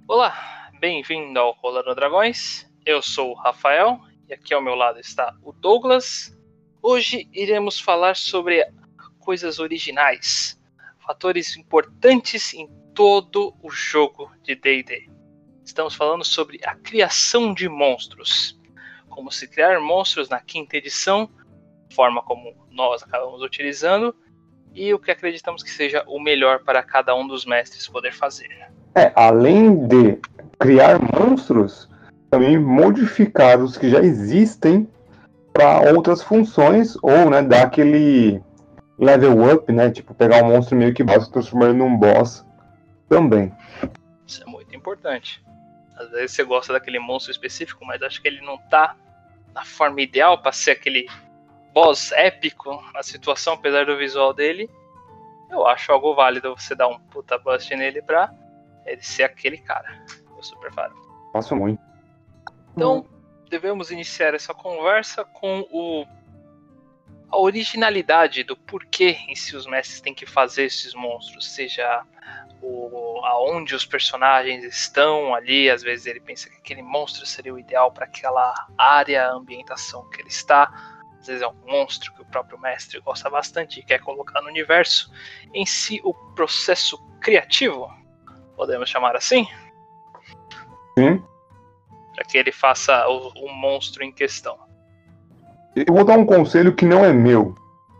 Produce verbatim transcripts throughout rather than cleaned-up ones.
Olá, bem-vindo ao Rolando Dragões. Eu sou o Rafael e aqui ao meu lado está o Douglas. Hoje iremos falar sobre coisas originais, fatores importantes em todo o jogo de D e D. Estamos falando sobre a criação de monstros, como se criar monstros na quinta edição, forma como nós acabamos utilizando, e o que acreditamos que seja o melhor para cada um dos mestres poder fazer. É, além de criar monstros, também modificar os que já existem para outras funções, ou, né, dar aquele level up, né, tipo, pegar um monstro meio que básico e transformar ele num boss também. Isso é muito importante. Às vezes você gosta daquele monstro específico, mas acho que ele não tá na forma ideal para ser aquele boss épico na situação, apesar do visual dele. Eu acho algo válido você dar um puta bust nele pra ele ser aquele cara. Eu super falo. Faço muito. Então, devemos iniciar essa conversa com o a originalidade do porquê em si os mestres têm que fazer esses monstros, seja o, aonde os personagens estão ali, às vezes ele pensa que aquele monstro seria o ideal para aquela área, ambientação que ele está, às vezes é um monstro que o próprio mestre gosta bastante e quer colocar no universo. Em si, o processo criativo, podemos chamar assim? Sim. Para que ele faça o, o monstro em questão. Eu vou dar um conselho que não é meu.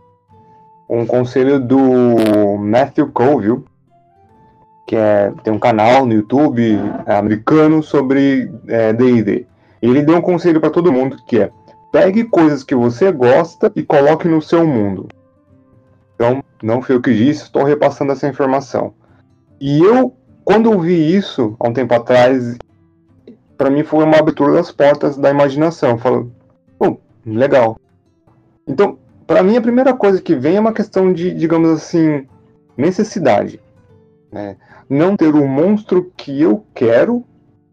Um conselho do Matthew Colville, que é, tem um canal no YouTube é, americano sobre é, D e D. Ele deu um conselho para todo mundo que é: pegue coisas que você gosta e coloque no seu mundo. Então, não foi eu que disse, estou repassando essa informação. E eu, quando eu vi isso, há um tempo atrás, para mim foi uma abertura das portas da imaginação. Falei, pô, legal. Então, para mim, a primeira coisa que vem é uma questão de, digamos assim, necessidade. Né? Não ter o monstro que eu quero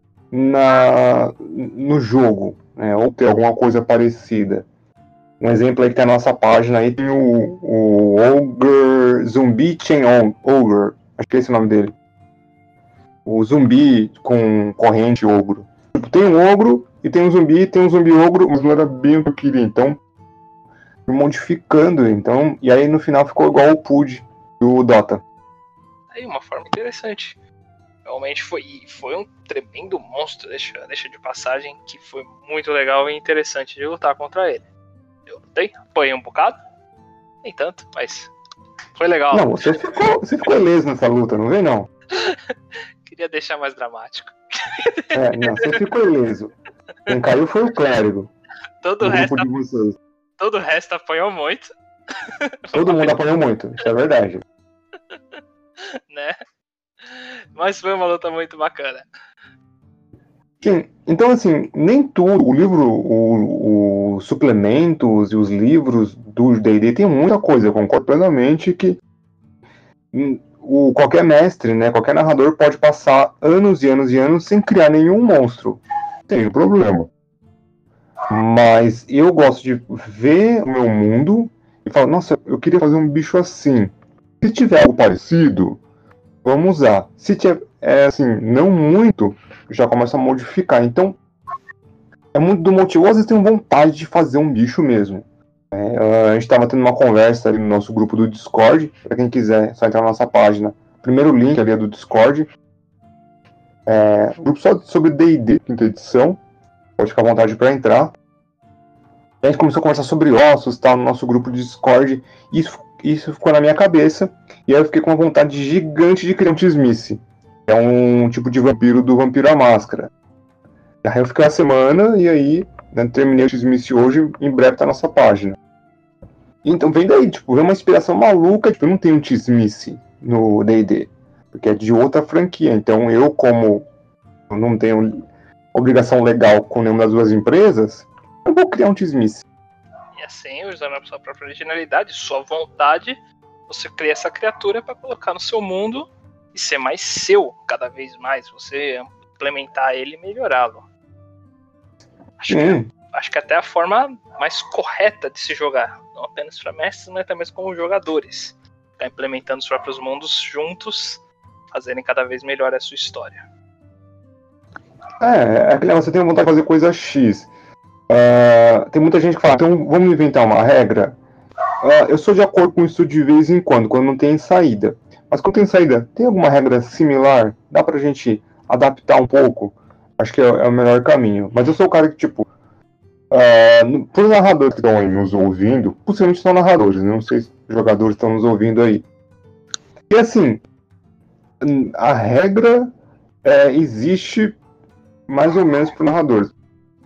na, no jogo, né? Ou ter alguma coisa parecida. Um exemplo aí que tem na nossa página aí tem o, o Ogre Zumbi Chain Ogre, acho que é esse o nome dele. O zumbi com corrente ogro. Tipo, tem um ogro e tem um zumbi, tem um zumbi ogro, mas não era bem o que eu queria, então fui modificando, então, e aí no final ficou igual o Pud do Dota. Aí uma forma interessante. Realmente foi, foi um tremendo monstro, deixa, deixa de passagem, que foi muito legal e interessante de lutar contra ele. Eu lutei, apanhei um bocado, nem tanto, mas foi legal. Não, você ficou, você ficou ileso nessa luta, não vem não? Queria deixar mais dramático. É, não, você ficou ileso. Quem caiu foi o clérigo. Todo o resto, de vocês. todo o resto apanhou muito. Todo mundo apanhou muito, isso é verdade. Né? Mas foi uma luta muito bacana. Sim, então assim, nem tudo, o livro, os suplementos e os livros do D e D tem muita coisa, eu concordo plenamente que o, qualquer mestre, né, qualquer narrador pode passar anos e anos e anos sem criar nenhum monstro. Tem um problema. Mas eu gosto de ver o meu mundo e falar, nossa, eu queria fazer um bicho assim. Se tiver algo parecido, vamos usar. Se tiver, é, assim, não muito, já começa a modificar. Então, é muito do motivo. Às vezes tenho vontade de fazer um bicho mesmo. É, a gente estava tendo uma conversa ali no nosso grupo do Discord. Para quem quiser, é só entrar na nossa página. Primeiro link ali é do Discord. É, grupo só sobre D e D, quinta edição. Pode ficar à vontade para entrar. A gente começou a conversar sobre ossos, tal, no nosso grupo de Discord. E isso, isso ficou na minha cabeça. E aí eu fiquei com uma vontade gigante de criar um T-Smith. É um tipo de vampiro do Vampiro à Máscara. Aí eu fiquei uma semana e aí, né, terminei o T-Smith hoje, em breve tá na nossa página. Então vem daí, tipo, vem uma inspiração maluca, tipo, eu não tenho um T-Smith no D e D, porque é de outra franquia. Então eu, como eu não tenho obrigação legal com nenhuma das duas empresas, eu vou criar um T-Smith. E assim, usando a sua própria originalidade, sua vontade, você cria essa criatura para colocar no seu mundo e ser mais seu cada vez mais. Você implementar ele e melhorá-lo. Acho, que, acho que até a forma mais correta de se jogar. Não apenas para mestres, mas também como jogadores. Ficar implementando os próprios mundos juntos, fazerem cada vez melhor a sua história. É, é que você tem vontade de fazer coisa X. Uh, tem muita gente que fala, então vamos inventar uma regra. Uh, eu sou de acordo com isso de vez em quando, quando não tem saída. Mas quando tem saída, tem alguma regra similar? Dá pra gente adaptar um pouco? Acho que é, é o melhor caminho. Mas eu sou o cara que, tipo, uh, para os narradores que estão aí nos ouvindo, possivelmente são narradores, né? Não sei se os jogadores estão nos ouvindo aí. E assim, a regra é, existe mais ou menos para narradores.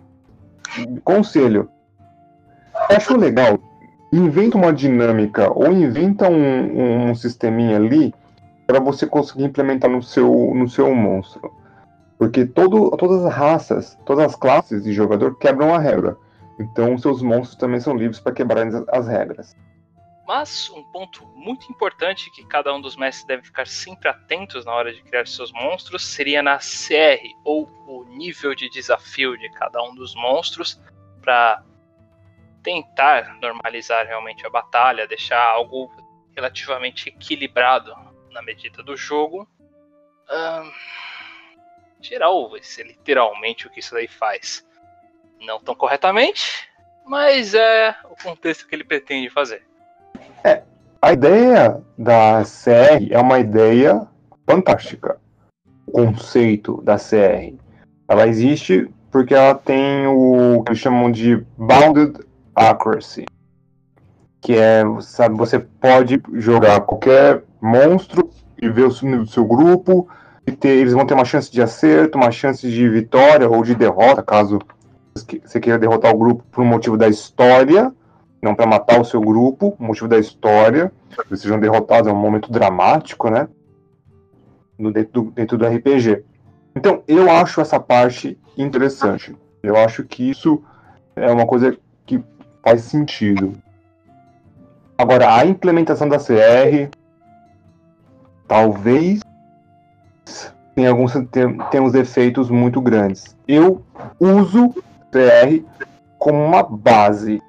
Conselho. Acho legal. Inventa uma dinâmica ou inventa um, um sisteminha ali para você conseguir implementar no seu, no seu monstro. Porque todo, todas as raças, todas as classes de jogador quebram a regra. Então seus monstros também são livres para quebrarem as, as regras. Mas um ponto muito importante que cada um dos mestres deve ficar sempre atentos na hora de criar seus monstros seria na C R, ou o nível de desafio de cada um dos monstros, para tentar normalizar realmente a batalha, deixar algo relativamente equilibrado na medida do jogo. Hum, geral, vai ser literalmente o que isso daí faz. Não tão corretamente, mas é o contexto que ele pretende fazer. É, a ideia da C R é uma ideia fantástica. O conceito da C R. Ela existe porque ela tem o que eles chamam de Bounded Accuracy. Que é, sabe, você pode jogar qualquer monstro e ver o nível do seu grupo, e ter, eles vão ter uma chance de acerto, uma chance de vitória ou de derrota, caso você queira derrotar o grupo por um motivo da história, não para matar o seu grupo, o motivo da história, eles sejam derrotados, é um momento dramático, né? No, dentro, do, dentro do R P G. Então, eu acho essa parte interessante. Eu acho que isso é uma coisa que faz sentido. Agora, a implementação da C R talvez tenha alguns tenha uns defeitos muito grandes. Eu uso C R como uma base.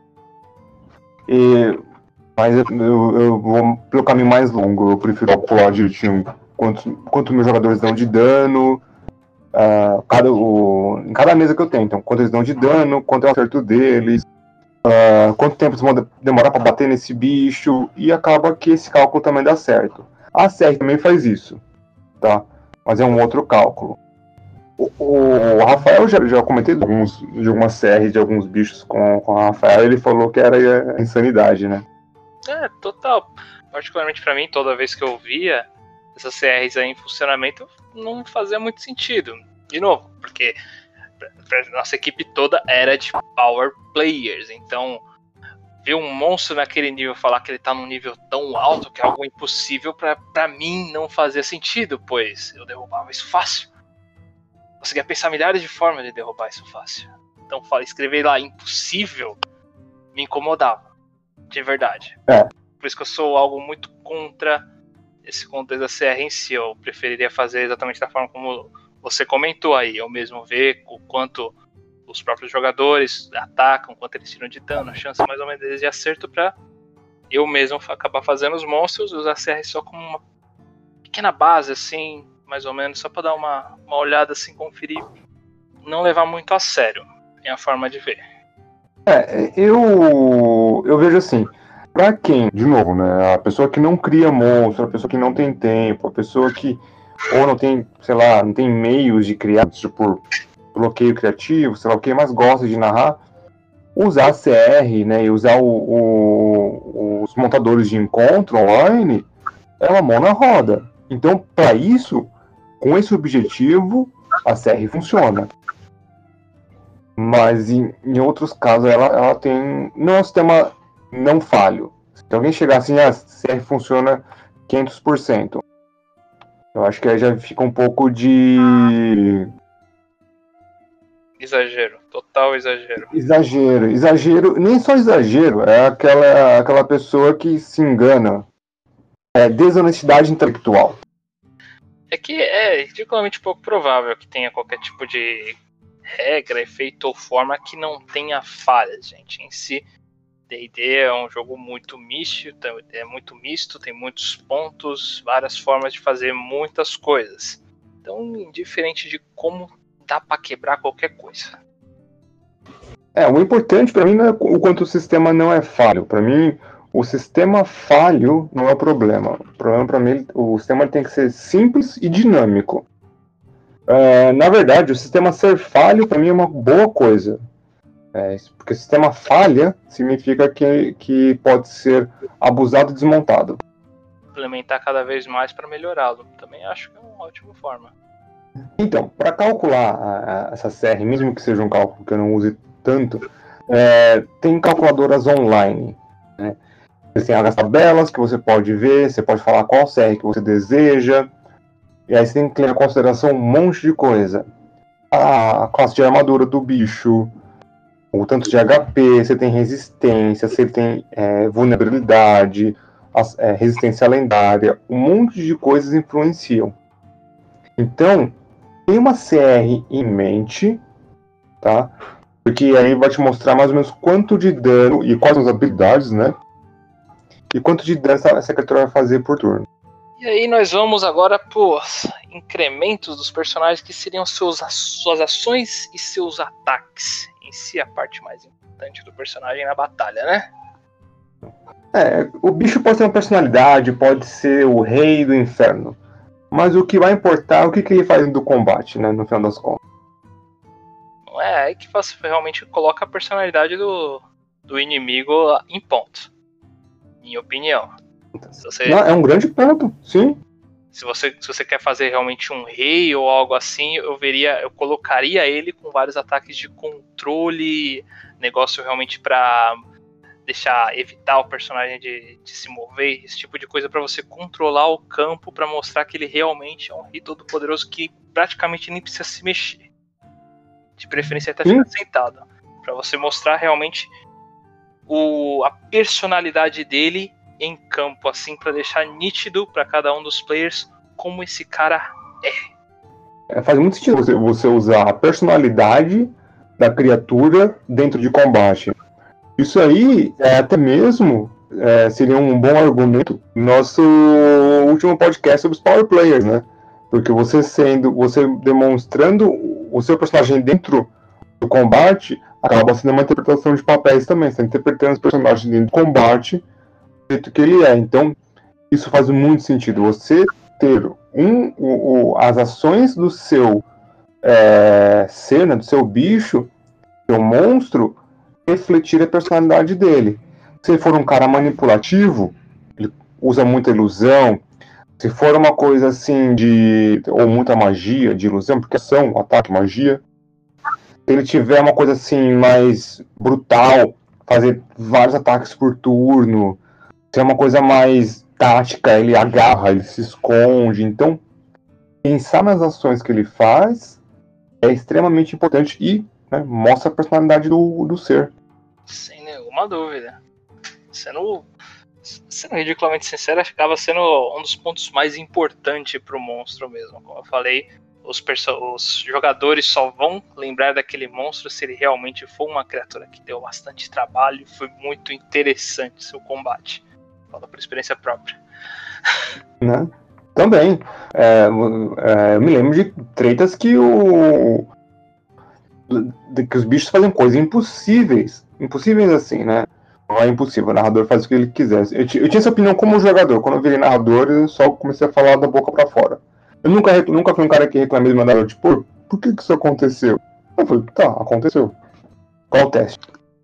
E, mas eu, eu, eu vou pelo caminho mais longo. Eu prefiro calcular direitinho quanto, quanto meus jogadores dão de dano. Uh, cada, o, em cada mesa que eu tenho. Então, quanto eles dão de dano, quanto é o acerto deles. Uh, quanto tempo eles vão demorar para bater nesse bicho, e acaba que esse cálculo também dá certo. A C R também faz isso, tá? Mas é um outro cálculo. O, o Rafael já, já comentei de, alguns, de algumas C R de alguns bichos com, com o Rafael, ele falou que era a insanidade, né? É, total. Particularmente para mim, toda vez que eu via essas C Rs aí em funcionamento, não fazia muito sentido. De novo, porque nossa equipe toda era de power players, então ver um monstro naquele nível, falar que ele tá num nível tão alto que é algo impossível, pra, pra mim não fazia sentido, pois eu derrubava isso fácil. Conseguia pensar milhares de formas de derrubar isso fácil. Então escrever lá impossível me incomodava, de verdade. É. Por isso que eu sou algo muito contra esse contexto da C R em si. Eu preferiria fazer exatamente da forma como você comentou aí, eu mesmo ver o quanto os próprios jogadores atacam, quanto eles tiram de dano, a chance mais ou menos deles de acerto, pra eu mesmo acabar fazendo os monstros e usar a C R só como uma pequena base, assim, mais ou menos, só pra dar uma, uma olhada, assim, conferir, não levar muito a sério, é a forma de ver. É, eu, eu vejo assim, pra quem, de novo, né, a pessoa que não cria monstro, a pessoa que não tem tempo, a pessoa que ou não tem, sei lá, não tem meios de criar, tipo, bloqueio criativo, sei lá o que, mas gosta de narrar, usar a C R, né, e usar o, o, os montadores de encontro online é uma mão na roda. Então, para isso, com esse objetivo, a C R funciona. Mas em, em outros casos, ela, ela tem... Não é um sistema não falho. Se alguém chegar assim, a C R funciona quinhentos por cento. Eu acho que aí já fica um pouco de... Exagero, total exagero. Exagero, exagero, nem só exagero, é aquela, aquela pessoa que se engana. É desonestidade intelectual. É que é ridiculamente pouco provável que tenha qualquer tipo de regra, efeito ou forma que não tenha falhas, gente. Em si, D e D é um jogo muito misto, é muito misto, tem muitos pontos, várias formas de fazer muitas coisas. Então, indiferente de como dá pra quebrar qualquer coisa. É, o importante pra mim não é o quanto o sistema não é falho. Pra mim, o sistema falho não é o problema. O problema pra mim, o sistema tem que ser simples e dinâmico. É, na verdade, o sistema ser falho pra mim é uma boa coisa. É, porque o sistema falha significa que, que pode ser abusado e desmontado. Implementar cada vez mais para melhorá-lo. Também acho que é uma ótima forma. Então, para calcular a, a, essa C R, mesmo que seja um cálculo que eu não use tanto, é, tem calculadoras online. Né? Tem as tabelas que você pode ver, você pode falar qual C R que você deseja, e aí você tem que ter em consideração um monte de coisa. A, a classe de armadura do bicho, o tanto de H P, você tem resistência, você tem é, vulnerabilidade, a, é, resistência lendária, um monte de coisas influenciam. Então, tem uma C R em mente, tá? Porque aí vai te mostrar mais ou menos quanto de dano e quais são as habilidades, né? E quanto de dano essa, essa criatura vai fazer por turno. E aí nós vamos agora por incrementos dos personagens que seriam seus, suas ações e seus ataques. Em si, a parte mais importante do personagem na batalha, né? É, o bicho pode ter uma personalidade, pode ser o rei do inferno. Mas o que vai importar é o que, que ele faz do combate, né? No final das contas. Não é aí que você realmente coloca a personalidade do, do inimigo em ponto. Minha opinião. Se você, Não, é um grande ponto, sim. Se você, se você quer fazer realmente um rei ou algo assim, eu veria, eu colocaria ele com vários ataques de controle, negócio realmente pra deixar, evitar o personagem de, de se mover, esse tipo de coisa pra você controlar o campo, pra mostrar que ele realmente é um rei todo poderoso que praticamente nem precisa se mexer. De preferência até ficar sentado, pra você mostrar realmente o, a personalidade dele em campo, assim, pra deixar nítido pra cada um dos players como esse cara é. é faz muito sentido você, você usar a personalidade da criatura dentro de combate. Isso aí, é, até mesmo, é, seria um bom argumento no nosso último podcast sobre os Power Players, né? Porque você sendo, você demonstrando o seu personagem dentro do combate, acaba sendo uma interpretação de papéis também. Você está interpretando os personagens dentro do combate do jeito que ele é. Então, isso faz muito sentido. Você ter um, o, o, as ações do seu é, ser, né, do seu bicho, do seu monstro, refletir a personalidade dele. Se ele for um cara manipulativo, ele usa muita ilusão. Se for uma coisa assim de... ou muita magia, de ilusão, porque são ataque, magia. Se ele tiver uma coisa assim mais brutal, fazer vários ataques por turno. Se é uma coisa mais tática, ele agarra, ele se esconde. Então, pensar nas ações que ele faz é extremamente importante e, né, mostra a personalidade do, do ser. Sem nenhuma dúvida. Sendo, sendo ridiculamente sincero, acaba sendo um dos pontos mais importantes pro monstro mesmo. Como eu falei, os, os jogadores só vão lembrar daquele monstro se ele realmente for uma criatura que deu bastante trabalho e foi muito interessante seu combate. Fala por experiência própria. Né? Também. É, é, eu me lembro de tretas que o que os bichos fazem coisas impossíveis. Impossíveis assim, né? Não é impossível, o narrador faz o que ele quiser. Eu, eu tinha essa opinião como jogador. Quando eu virei narrador, eu só comecei a falar da boca pra fora. Eu nunca, nunca fui um cara que reclamei do meu narrador, tipo, por que que isso aconteceu? Eu falei, tá, aconteceu. Qual o teste?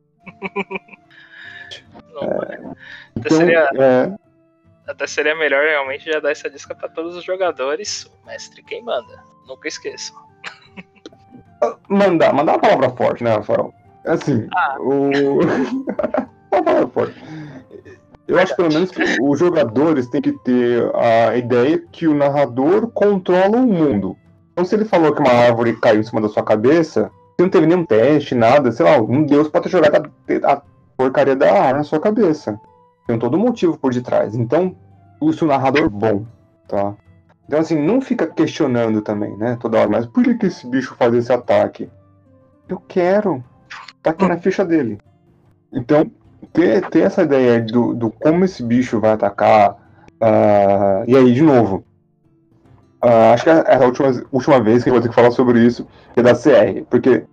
Não, é, até, então, seria, é... até seria melhor realmente já dar essa dica pra todos os jogadores. O mestre quem manda. Nunca esqueçam. Mandar, mandar uma palavra forte, né, Rafael? Assim, ah. o... uma palavra forte. Eu acho pelo menos que os jogadores têm que ter a ideia que o narrador controla o mundo. Então, se ele falou que uma árvore caiu em cima da sua cabeça, você não teve nenhum teste, nada, sei lá, um deus pode ter jogado a, a porcaria da árvore na sua cabeça. Tem todo um motivo por detrás. Então, use o narrador bom, tá? Então, assim, não fica questionando também, né, toda hora, mas por que que esse bicho faz esse ataque? Eu quero. Tá aqui na ficha dele. Então, ter, ter essa ideia do, do como esse bicho vai atacar, uh, e aí, de novo, Uh, acho que é a última, última vez que eu vou ter que falar sobre isso é da C R, porque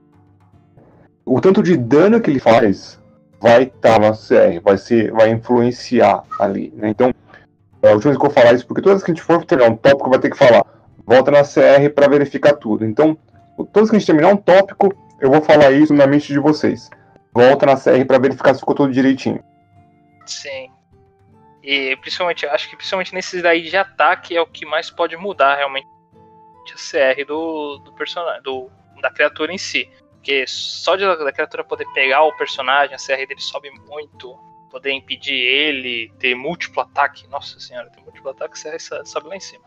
o tanto de dano que ele faz vai estar na C R, vai, ser, vai influenciar ali, né? Então, é a última vez que eu vou falar isso, porque todas as que a gente for terminar um tópico, vai ter que falar, volta na C R para verificar tudo. Então, todas que a gente terminar um tópico, eu vou falar isso na mente de vocês. Volta na C R para verificar se ficou tudo direitinho. Sim. E principalmente, acho que principalmente nesses daí de ataque é o que mais pode mudar realmente a C R do, do personagem, do, da criatura em si. Porque só de, da criatura poder pegar o personagem, a C R dele sobe muito, poder impedir ele, ter múltiplo ataque. Nossa senhora, ter múltiplo ataque, a C R sobe lá em cima.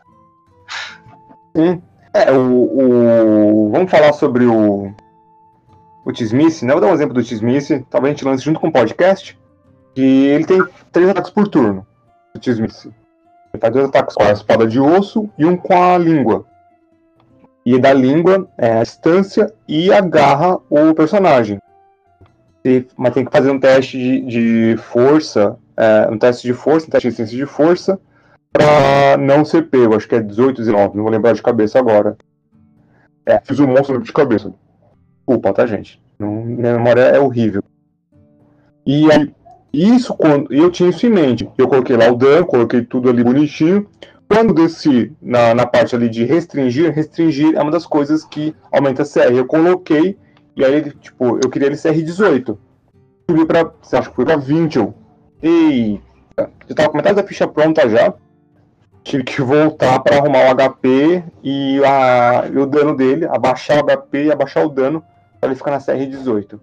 Sim. É, o, o... Vamos falar sobre o. O T-Smith, né? Vou dar um exemplo do T-Smith, talvez a gente lance junto com o podcast. E ele tem três ataques por turno, o T-Smith. Ele faz dois ataques com a espada de osso e um com a língua. E da língua é a distância e agarra o personagem. E, mas tem que fazer um teste de, de força, é, um teste de força, um teste de resistência de força, pra não ser pego. Acho que é dezoito, dezenove, não vou lembrar de cabeça agora. É, fiz um monstro de cabeça. Desculpa, tá, gente? Não, minha memória é horrível. E aí, isso quando eu tinha isso em mente. Eu coloquei lá o dano, coloquei tudo ali bonitinho. Quando desci na, na parte ali de restringir, restringir é uma das coisas que aumenta a C R. Eu coloquei, e aí, tipo, eu queria ele C R dezoito. Subi pra, acho que foi pra vinte. Eu, eita, eu tava com metade da ficha pronta já. Tive que voltar pra arrumar o H P e, a, e o dano dele, abaixar o H P e abaixar o dano pra ele ficar na C R dezoito.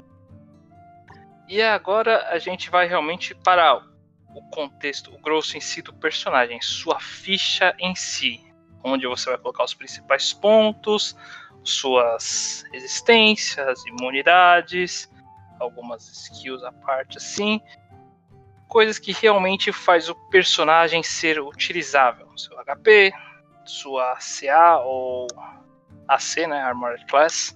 E agora a gente vai realmente para o contexto, o grosso em si do personagem, sua ficha em si, onde você vai colocar os principais pontos, suas resistências, imunidades, algumas skills à parte assim, coisas que realmente faz o personagem ser utilizável, seu H P, sua C A ou A C, né, Armored Class,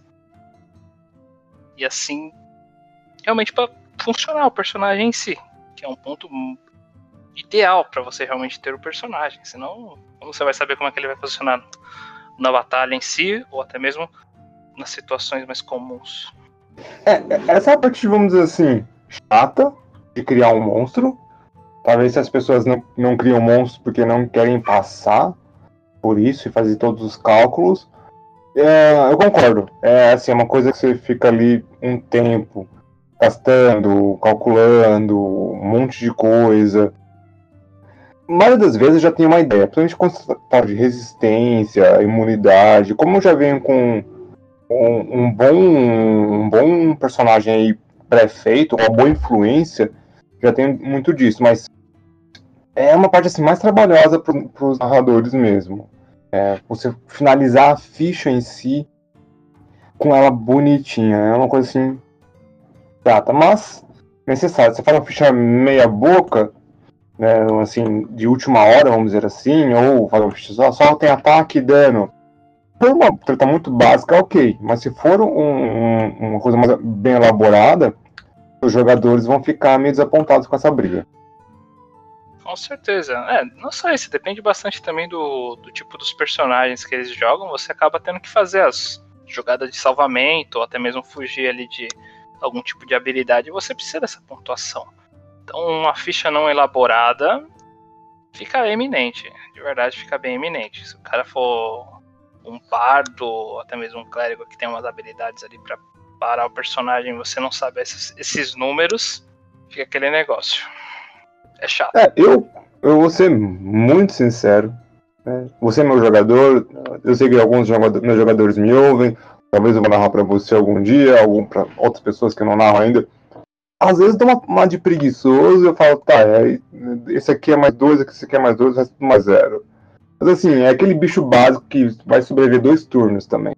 e assim realmente para funcionar o personagem em si, que é um ponto ideal para você realmente ter o personagem, senão como você vai saber como é que ele vai funcionar na batalha em si, ou até mesmo nas situações mais comuns. É, essa é a parte, vamos dizer assim, chata de criar um monstro. Talvez se as pessoas não, não criam monstros porque não querem passar por isso e fazer todos os cálculos. É, eu concordo. É assim, é uma coisa que você fica ali um tempo gastando, calculando, um monte de coisa. A maioria das vezes eu já tenho uma ideia, principalmente quando você fala de resistência, imunidade. Como eu já venho com um, um, bom, um bom personagem aí pré-feito, uma boa influência, já tenho muito disso, mas é uma parte assim, mais trabalhosa para os narradores mesmo. É, você finalizar a ficha em si com ela bonitinha, é uma coisa assim chata, mas necessária. Você faz uma ficha meia boca, né, assim, de última hora, vamos dizer assim, ou fazer uma ficha só, só tem ataque e dano. Se for uma treta muito básica, ok, mas se for um, um, uma coisa mais bem elaborada, os jogadores vão ficar meio desapontados com essa briga. Com certeza. É, não só isso, depende bastante também do, do tipo dos personagens que eles jogam. Você acaba tendo que fazer as jogadas de salvamento, ou até mesmo fugir ali de algum tipo de habilidade. Você precisa dessa pontuação. Então, uma ficha não elaborada fica eminente. De verdade, fica bem eminente. Se o cara for um bardo, ou até mesmo um clérigo que tem umas habilidades ali pra parar o personagem e você não sabe esses, esses números, fica aquele negócio. É chato. É, eu, eu vou ser muito sincero. Né? Você é meu jogador, eu sei que alguns jogadores, meus jogadores me ouvem, talvez eu vou narrar pra você algum dia, algum, pra outras pessoas que eu não narro ainda. Às vezes dou uma, uma de preguiçoso e eu falo, tá, é, esse aqui é mais dois, esse aqui é mais dois, o resto mais zero. Mas assim, é aquele bicho básico que vai sobreviver dois turnos também.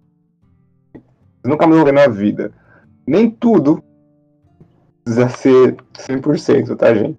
Você nunca mais vê na vida. Nem tudo precisa ser cem por cento, tá, gente?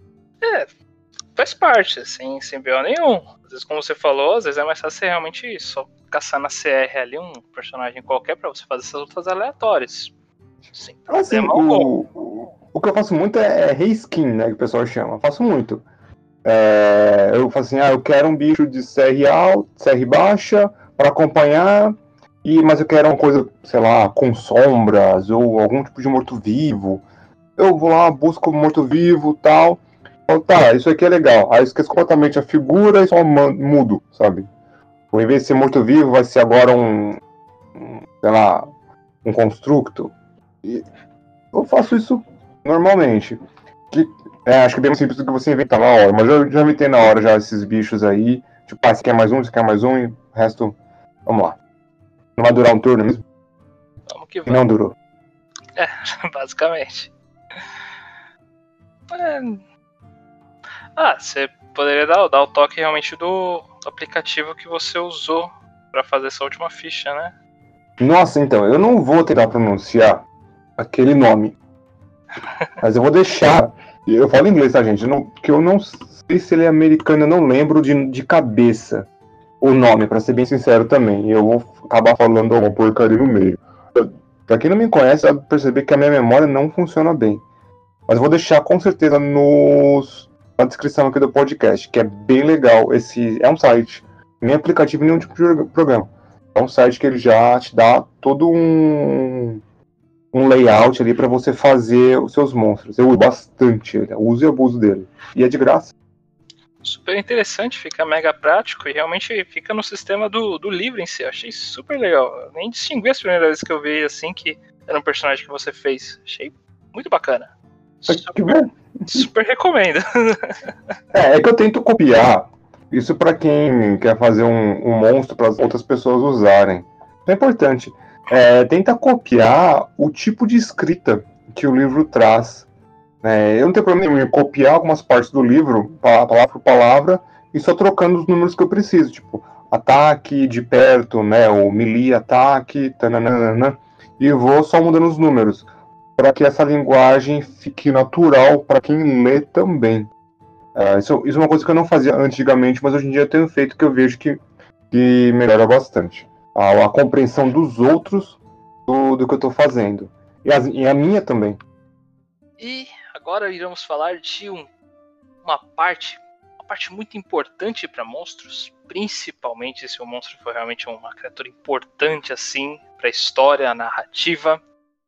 É, faz parte, assim, sem B O nenhum. Às vezes, como você falou, às vezes é mais fácil você realmente só caçar na C R ali um personagem qualquer pra você fazer essas lutas aleatórias. Sem Assim, problema algum. o, o que eu faço muito é reskin, né, que o pessoal chama. Eu faço muito. É, eu falo assim, ah, eu quero um bicho de C R alta, C R baixa para acompanhar, e, mas eu quero uma coisa, sei lá, com sombras ou algum tipo de morto-vivo. Eu vou lá, busco morto-vivo e tal. Então, tá, isso aqui é legal. Aí eu esqueço completamente a figura e só mudo, sabe? Ou em vez de ser morto-vivo, vai ser agora um, um, sei lá, um constructo. E eu faço isso normalmente. Que, é, acho que é bem mais simples do que você inventar na hora. Mas eu já inventei na hora já esses bichos aí. Tipo, ah, você quer mais um, você quer mais um, e o resto, vamos lá. Não vai durar um turno mesmo? Vamos que E vamos. não durou. É, basicamente. É... Ah, você poderia dar, dar o toque realmente do, do aplicativo que você usou pra fazer essa última ficha, né? Nossa, então, eu não vou tentar pronunciar aquele nome. Mas eu vou deixar. Eu falo inglês, tá, gente? Eu não, que eu não sei se ele é americano, eu não lembro de, de cabeça o nome, pra ser bem sincero também. E eu vou acabar falando alguma porcaria no meio. Pra quem não me conhece, vai perceber que a minha memória não funciona bem. Mas eu vou deixar com certeza nos, na descrição aqui do podcast, que é bem legal. Esse é um site, nem aplicativo, nenhum tipo de programa. É um site que ele já te dá todo um, um layout ali para você fazer os seus monstros. Eu uso bastante ele, eu uso e abuso dele. E é de graça. Super interessante, fica mega prático e realmente fica no sistema do, do livro em si. Eu achei super legal. Eu nem distingui as primeiras vezes que eu vi assim que era um personagem que você fez. Achei muito bacana. Super, Que bom. super recomendo. É, é que eu tento copiar isso para quem quer fazer um, um monstro para outras pessoas usarem. É importante. É, tenta copiar o tipo de escrita que o livro traz. É, eu não tenho problema nenhum em copiar algumas partes do livro, palavra por palavra, e só trocando os números que eu preciso. Tipo, ataque de perto, né? O melee ataque, tananana, e vou só mudando os números, para que essa linguagem fique natural para quem lê também. Uh, isso, isso é uma coisa que eu não fazia antigamente, mas hoje em dia eu tenho feito, que eu vejo que, que melhora bastante. A, a compreensão dos outros do, do que eu estou fazendo. E, as, e a minha também. E agora iremos falar de um, uma parte, uma parte muito importante para monstros, principalmente se o monstro for realmente uma criatura importante assim para a história, a narrativa.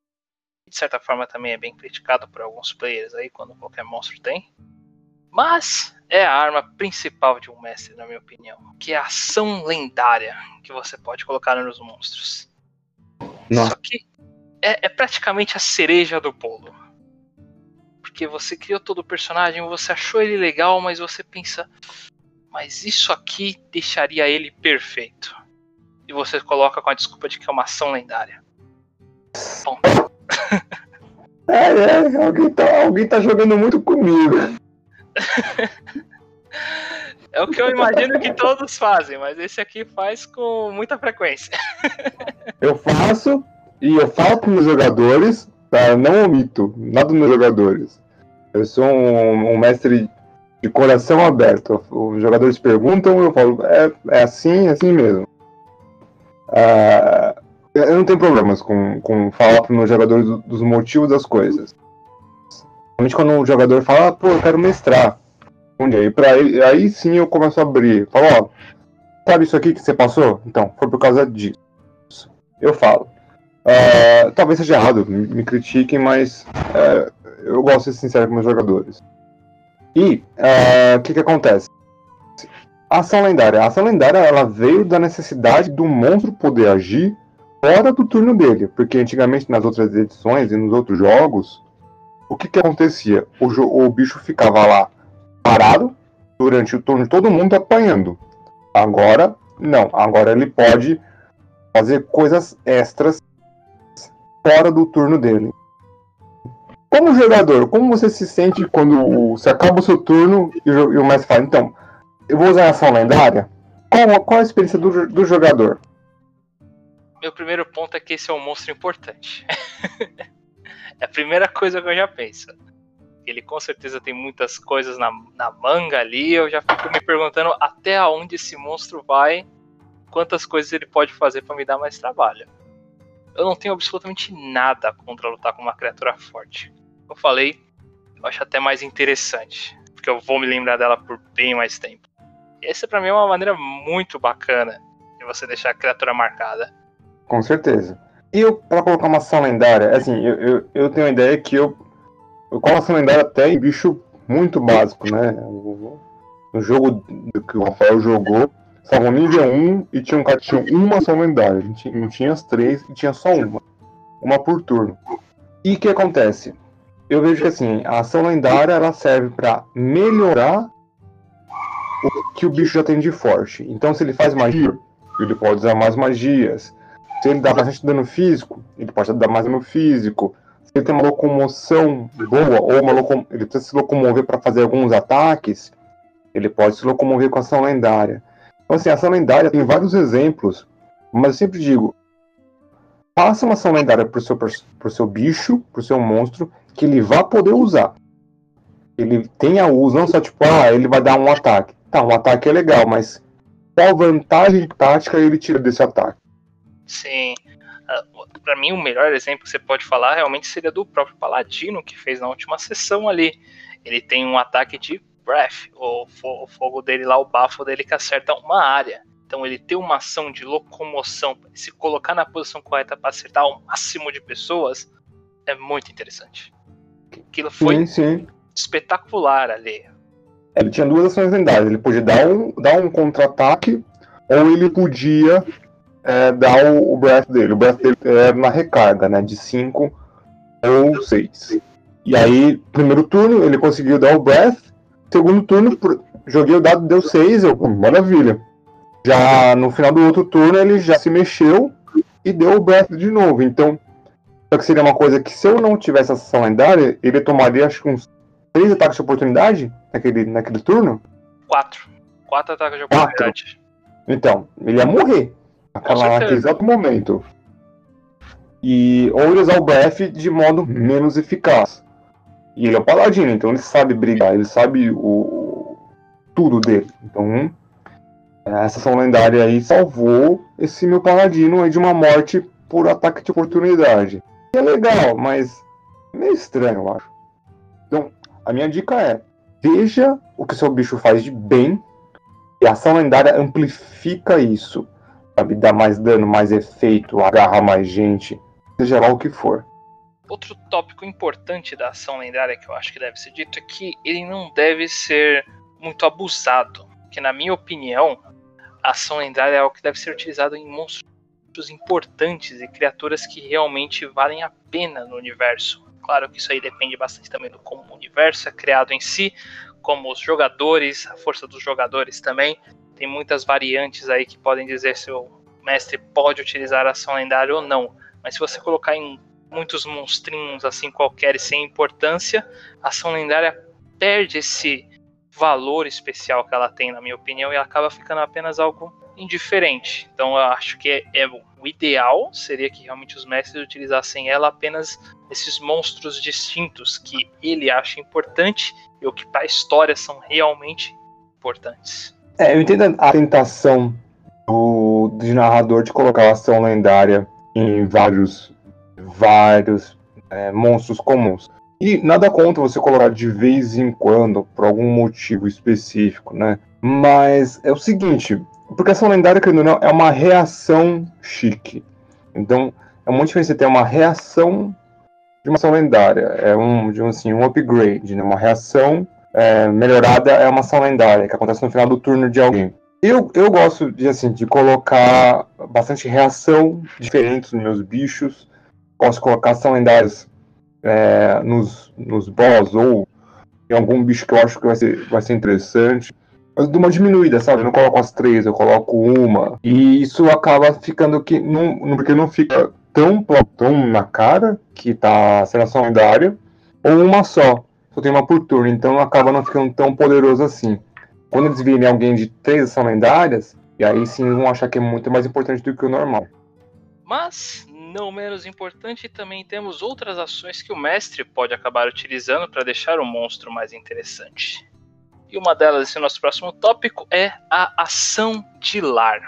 De certa forma também é bem criticado por alguns players aí quando qualquer monstro tem. Mas é a arma principal de um mestre, na minha opinião, que é a ação lendária que você pode colocar nos monstros. Nossa. Só que é, é praticamente a cereja do bolo. Porque você criou todo o personagem, você achou ele legal, mas você pensa, mas isso aqui deixaria ele perfeito. E você coloca com a desculpa de que é uma ação lendária. Bom. É, é, alguém tá, alguém tá jogando muito comigo. É o que eu imagino que todos fazem, mas esse aqui faz com muita frequência. Eu faço e eu falo para meus jogadores, tá? Eu não omito nada dos meus jogadores. Eu sou um, um mestre de coração aberto. Os jogadores perguntam, eu falo, é, é assim, é assim mesmo. Ah, eu não tenho problemas com, com falar para os meus jogadores dos motivos das coisas. Principalmente quando o jogador fala, ah, pô, eu quero mestrar. Aí, pra ele, aí sim eu começo a abrir. Falo, ó, sabe isso aqui que você passou? Então, foi por causa disso. Eu falo. Uh, talvez seja errado, me, me critiquem, mas uh, eu gosto de ser sincero com meus jogadores. E o uh, que, que acontece? A ação lendária. A ação lendária ela veio da necessidade do monstro poder agir fora do turno dele. Porque antigamente nas outras edições e nos outros jogos, o que, que acontecia? O, o bicho ficava lá parado durante o turno de todo mundo apanhando. Agora, não. Agora ele pode fazer coisas extras fora do turno dele. Como jogador, como você se sente quando você acaba o seu turno e o, e o mestre fala, então, eu vou usar a ação lendária? Qual, qual a experiência do, do jogador? Meu primeiro ponto é que esse é um monstro importante. É a primeira coisa que eu já penso. Ele com certeza tem muitas coisas na, na manga ali. Eu já fico me perguntando até onde esse monstro vai, quantas coisas ele pode fazer para me dar mais trabalho. Eu não tenho absolutamente nada contra lutar com uma criatura forte. Como eu falei, eu acho até mais interessante. Porque porque eu vou me lembrar dela por bem mais tempo. E essa pra mim é uma maneira muito bacana de você deixar a criatura marcada. Com certeza. E eu, pra colocar uma ação lendária, assim, eu, eu, eu tenho a ideia que eu, eu coloco ação lendária até em bicho muito básico, né? No jogo que o Rafael jogou, estava nível um e tinha um cara que tinha uma ação lendária. Não tinha, não tinha as três e tinha só uma. Uma por turno. E o que acontece? Eu vejo que assim, a ação lendária ela serve para melhorar o que o bicho já tem de forte. Então se ele faz magia, ele pode usar mais magias. Se ele dá bastante dano físico, ele pode dar mais dano físico. Se ele tem uma locomoção boa, ou uma locom... ele precisa se locomover para fazer alguns ataques, ele pode se locomover com a ação lendária. Então assim, a ação lendária tem vários exemplos, mas eu sempre digo, faça uma ação lendária pro seu, pro seu bicho, pro seu monstro, que ele vá poder usar. Ele tenha uso, não só tipo, ah, ele vai dar um ataque. Tá, um ataque é legal, mas qual vantagem tática ele tira desse ataque? Sim. Uh, pra mim, o melhor exemplo que você pode falar realmente seria do próprio Paladino, que fez na última sessão ali. Ele tem um ataque de Breath, o fogo dele lá, o bafo dele que acerta uma área. Então ele ter uma ação de locomoção, se colocar na posição correta para acertar o máximo de pessoas, é muito interessante. Aquilo foi sim, sim. espetacular ali. Ele tinha duas ações lendárias. Ele podia dar um, dar um contra-ataque, ou ele podia é, dar o, o breath dele. O breath dele era na recarga, né? De cinco ou seis. E aí, primeiro turno, ele conseguiu dar o breath. Segundo turno, joguei o dado, deu seis. Eu, maravilha. Já no final do outro turno, ele já se mexeu e deu o breath de novo. Então, só que seria uma coisa que se eu não tivesse essa ação lendária, ele tomaria acho que uns três ataques de oportunidade naquele, naquele turno? Quatro. Quatro ataques de oportunidade. Quatro. Então, ele ia morrer naquela, naquele exato momento. E, ou ele usar o breath de modo menos eficaz. E ele é o paladino, então ele sabe brigar, ele sabe o tudo dele. Então, essa ação lendária aí salvou esse meu paladino aí de uma morte por ataque de oportunidade. É legal, mas meio estranho, eu acho. Então, a minha dica é, veja o que seu bicho faz de bem e a ação lendária amplifica isso. Sabe, dá mais dano, mais efeito, agarra mais gente, seja lá o que for. Outro tópico importante da ação lendária que eu acho que deve ser dito é que ele não deve ser muito abusado. Porque, na minha opinião, a ação lendária é algo que deve ser utilizado em monstros importantes e criaturas que realmente valem a pena no universo. Claro que isso aí depende bastante também do como o universo é criado em si, como os jogadores, a força dos jogadores também. Tem muitas variantes aí que podem dizer se o mestre pode utilizar a ação lendária ou não. Mas se você colocar em muitos monstrinhos assim qualquer e sem importância, a ação lendária perde esse valor especial que ela tem, na minha opinião, e ela acaba ficando apenas algo indiferente. Então eu acho que é, é o ideal seria que realmente os mestres utilizassem ela apenas nesses monstros distintos que ele acha importante e o que para a história são realmente importantes. É, eu entendo a tentação do, do narrador de colocar a ação lendária em vários, vários é, monstros comuns. E nada contra você colocar de vez em quando, por algum motivo específico, né? Mas é o seguinte, porque a ação lendária, querendo ou não, é uma reação chique. Então, é muito difícil você ter uma reação de uma ação lendária. É um, digamos assim, um upgrade, né? Uma reação é, melhorada é uma ação lendária, que acontece no final do turno de alguém. Eu, eu gosto de, assim, de colocar bastante reação diferente nos meus bichos. Gosto de colocar ação lendárias é, nos, nos boss ou em algum bicho que eu acho que vai ser, vai ser interessante. Eu dou uma diminuída, sabe? Eu não coloco as três, eu coloco uma. E isso acaba ficando que. Não, porque não fica tão, tão na cara que tá sendo ação lendária, ou uma só. Só tem uma por turno, então acaba não ficando tão poderoso assim. Quando eles virem alguém de três ação lendárias, e aí sim vão achar que é muito mais importante do que o normal. Mas, não menos importante, também temos outras ações que o mestre pode acabar utilizando para deixar o monstro mais interessante. E uma delas, esse nosso próximo tópico, é a ação de lar.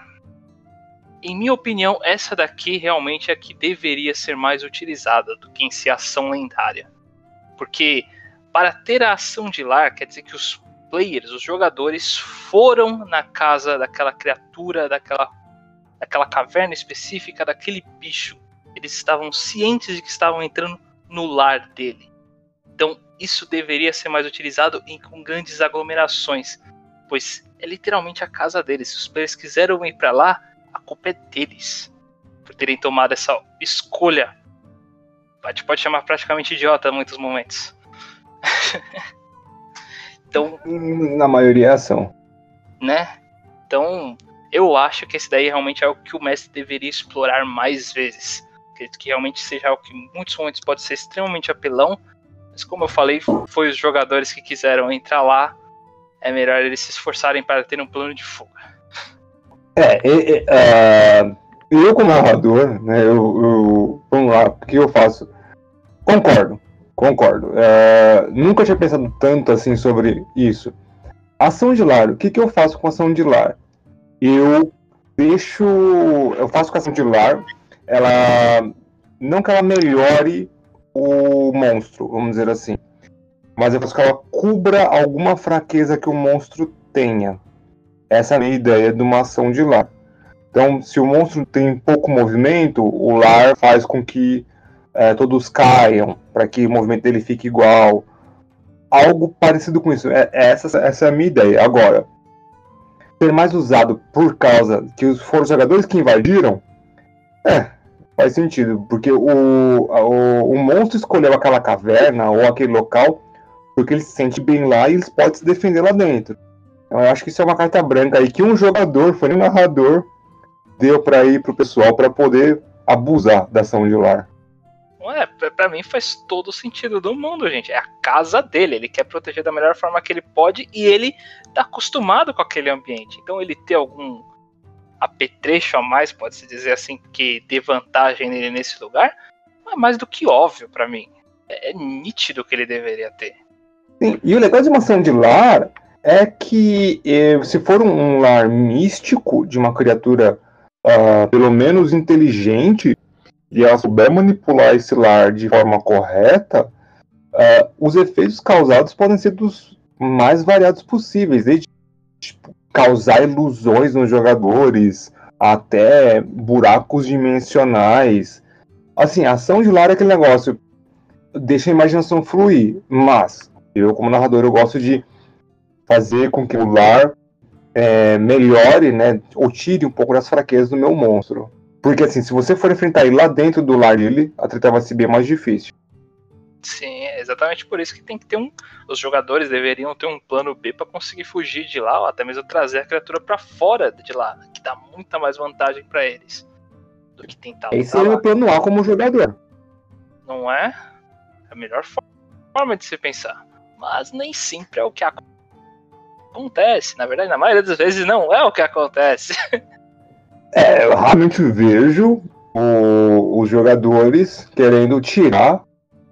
Em minha opinião, essa daqui realmente é a que deveria ser mais utilizada do que em si a ação lendária. Porque para ter a ação de lar, quer dizer que os players, os jogadores, foram na casa daquela criatura, daquela, daquela caverna específica, daquele bicho. Eles estavam cientes de que estavam entrando no lar dele. Então isso deveria ser mais utilizado em, com grandes aglomerações, pois é literalmente a casa deles. Se os players quiseram ir para lá, a culpa é deles, por terem tomado essa escolha. A gente pode chamar praticamente idiota em muitos momentos. Então, na maioria são. Né? Então, eu acho que esse daí realmente é o que o mestre deveria explorar mais vezes. Acredito que realmente seja algo que em muitos momentos pode ser extremamente apelão, mas como eu falei, foi os jogadores que quiseram entrar lá, é melhor eles se esforçarem para ter um plano de fuga. É, é, é uh, eu como narrador, né, eu, eu, vamos lá, o que eu faço? Concordo, concordo. Uh, nunca tinha pensado tanto assim sobre isso. Ação de lar, o que, que eu faço com ação de lar? Eu deixo, eu faço com a ação de lar, ela, não que ela melhore o monstro, vamos dizer assim, mas eu faço que ela cubra alguma fraqueza que o monstro tenha. Essa é a minha ideia de uma ação de lar. Então, se o monstro tem pouco movimento, o lar faz com que é, todos caiam, para que o movimento dele fique igual. Algo parecido com isso. É, essa, essa é a minha ideia. Agora, ser mais usado por causa que foram os jogadores que invadiram, é, faz sentido. Porque o, o, o monstro escolheu aquela caverna ou aquele local porque ele se sente bem lá e eles podem se defender lá dentro. Então, eu acho que isso é uma carta branca aí que um jogador, foi um narrador, deu para ir pro pessoal para poder abusar da ação de lar. Ué, pra mim faz todo o sentido do mundo, gente. É a casa dele, ele quer proteger da melhor forma que ele pode e ele tá acostumado com aquele ambiente. Então ele ter algum apetrecho a mais, pode-se dizer assim, que dê vantagem nele nesse lugar, é mais do que óbvio pra mim. É, é nítido que ele deveria ter. Sim, e o legal de uma ação de lar é que eh, se for um lar místico de uma criatura uh, pelo menos inteligente e ela souber manipular esse lar de forma correta, uh, os efeitos causados podem ser dos mais variados possíveis, desde tipo, causar ilusões nos jogadores até buracos dimensionais. Assim, a ação de lar é aquele negócio, deixa a imaginação fluir, mas eu como narrador eu gosto de fazer com que o lar é, melhore, né, ou tire um pouco das fraquezas do meu monstro. Porque assim, se você for enfrentar ele lá dentro do lar dele, a treta vai ser bem mais difícil. Sim, é exatamente por isso que tem que ter um... Os jogadores deveriam ter um plano B para conseguir fugir de lá, ou até mesmo trazer a criatura para fora de lá, que dá muita mais vantagem para eles do que tentar lutar. Esse é o plano A como jogador. Não é? É a melhor forma de se pensar. Mas nem sempre é o que acontece. Na verdade, na maioria das vezes não é o que acontece. É, eu realmente vejo o, os jogadores querendo tirar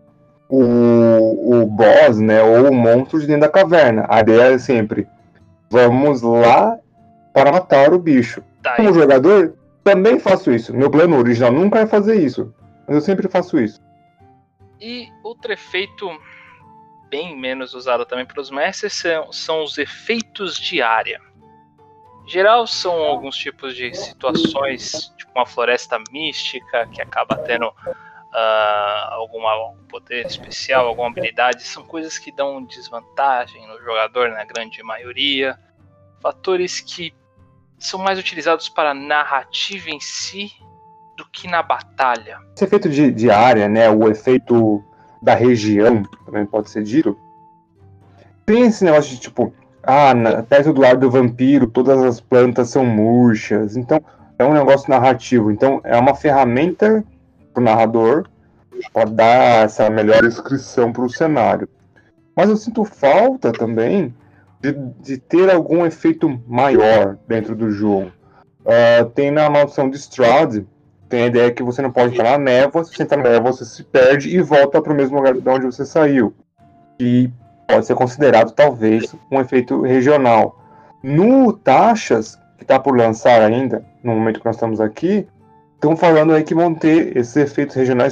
o, o boss, né, ou o monstro de dentro da caverna. A ideia é sempre, vamos lá para matar o bicho. Tá, como jogador, também faço isso. Meu plano original nunca é fazer isso, mas eu sempre faço isso. E outro efeito bem menos usado também pelos mestres são, são os efeitos de área. Em geral, são alguns tipos de situações, tipo uma floresta mística que acaba tendo uh, alguma, algum poder especial, alguma habilidade. São coisas que dão desvantagem no jogador, na grande maioria. Fatores que são mais utilizados para a narrativa em si do que na batalha. Esse efeito de, de área, né, o efeito da região, também pode ser dito, tem esse negócio de tipo, ah, na, perto do lar do vampiro todas as plantas são murchas, então é um negócio narrativo, então é uma ferramenta pro narrador, pode dar essa melhor descrição pro cenário. Mas eu sinto falta também de, de ter algum efeito maior dentro do jogo. Uh, tem na maldição de Strahd, tem a ideia que você não pode entrar na névoa, se você entrar na névoa você se perde e volta para o mesmo lugar de onde você saiu. E pode ser considerado, talvez, um efeito regional. No Taxas, que está por lançar ainda, no momento que nós estamos aqui, estão falando aí que vão ter esses efeitos regionais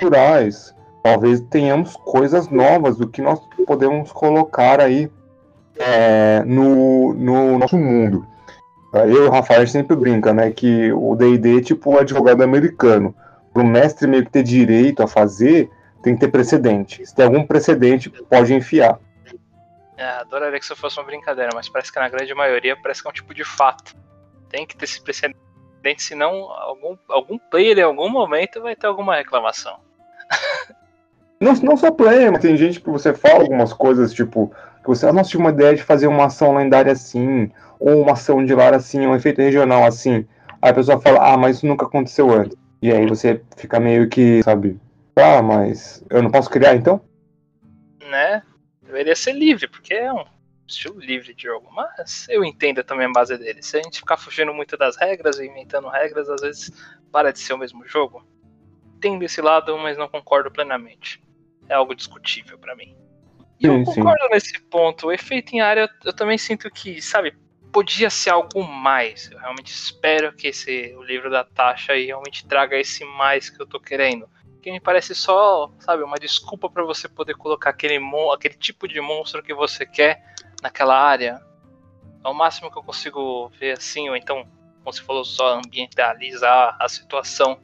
sobrenaturais. Talvez tenhamos coisas novas do que nós podemos colocar aí é, no, no nosso mundo. Eu e o Rafael a gente sempre brinca, né, que o D e D é tipo um advogado americano. Para o mestre meio que ter direito a fazer, tem que ter precedente. Se tem algum precedente, pode enfiar. É, adoraria que isso fosse uma brincadeira, mas parece que na grande maioria parece que é um tipo de fato. Tem que ter esse precedente, senão algum, algum player em algum momento vai ter alguma reclamação. Não, não só player, mas tem gente que você fala algumas coisas, tipo, que você, ah, nossa, tinha uma ideia de fazer uma ação lendária assim, ou uma ação de lar assim, um efeito regional assim. Aí a pessoa fala, ah, mas isso nunca aconteceu antes. E aí você fica meio que, sabe, ah, mas eu não posso criar então? Né? Deveria ser livre, porque é um estilo livre de jogo, mas eu entendo também a base dele. Se a gente ficar fugindo muito das regras e inventando regras, às vezes para de ser o mesmo jogo. Entendo esse lado, mas não concordo plenamente. É algo discutível pra mim. E eu Sim, concordo sim. nesse ponto. O efeito em área, eu também sinto que, sabe, podia ser algo mais. Eu realmente espero que esse, o livro da Tasha aí realmente traga esse mais que eu tô querendo. Que me parece só, sabe, uma desculpa pra você poder colocar aquele, mon- aquele tipo de monstro que você quer naquela área. É o máximo que eu consigo ver assim, ou então, como você falou, só ambientalizar a situação.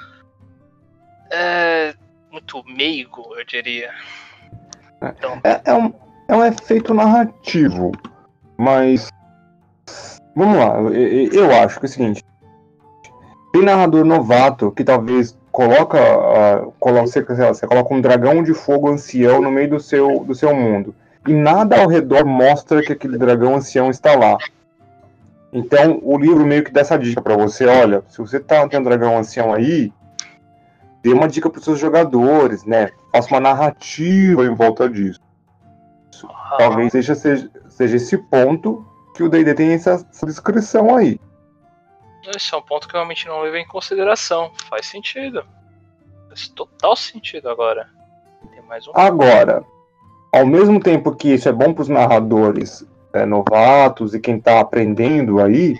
É muito meigo, eu diria. Então, É, é, um, é um efeito narrativo, mas vamos lá, eu, eu acho que é o seguinte, tem narrador novato que talvez coloca, uh, coloca você, você coloca um dragão de fogo ancião no meio do seu, do seu mundo, e nada ao redor mostra que aquele dragão ancião está lá. Então o livro meio que dá essa dica para você, olha, se você tá, tem um dragão ancião aí, dê uma dica para os seus jogadores, né? Faça uma narrativa em volta disso. ah, Talvez seja, seja, seja esse ponto que o D e D tem essa, essa descrição aí. esse é um ponto que eu realmente não levo em consideração. Faz sentido. Faz total sentido agora. Tem mais um. Agora, ao mesmo tempo que isso é bom para os narradores é, novatos e quem está aprendendo aí,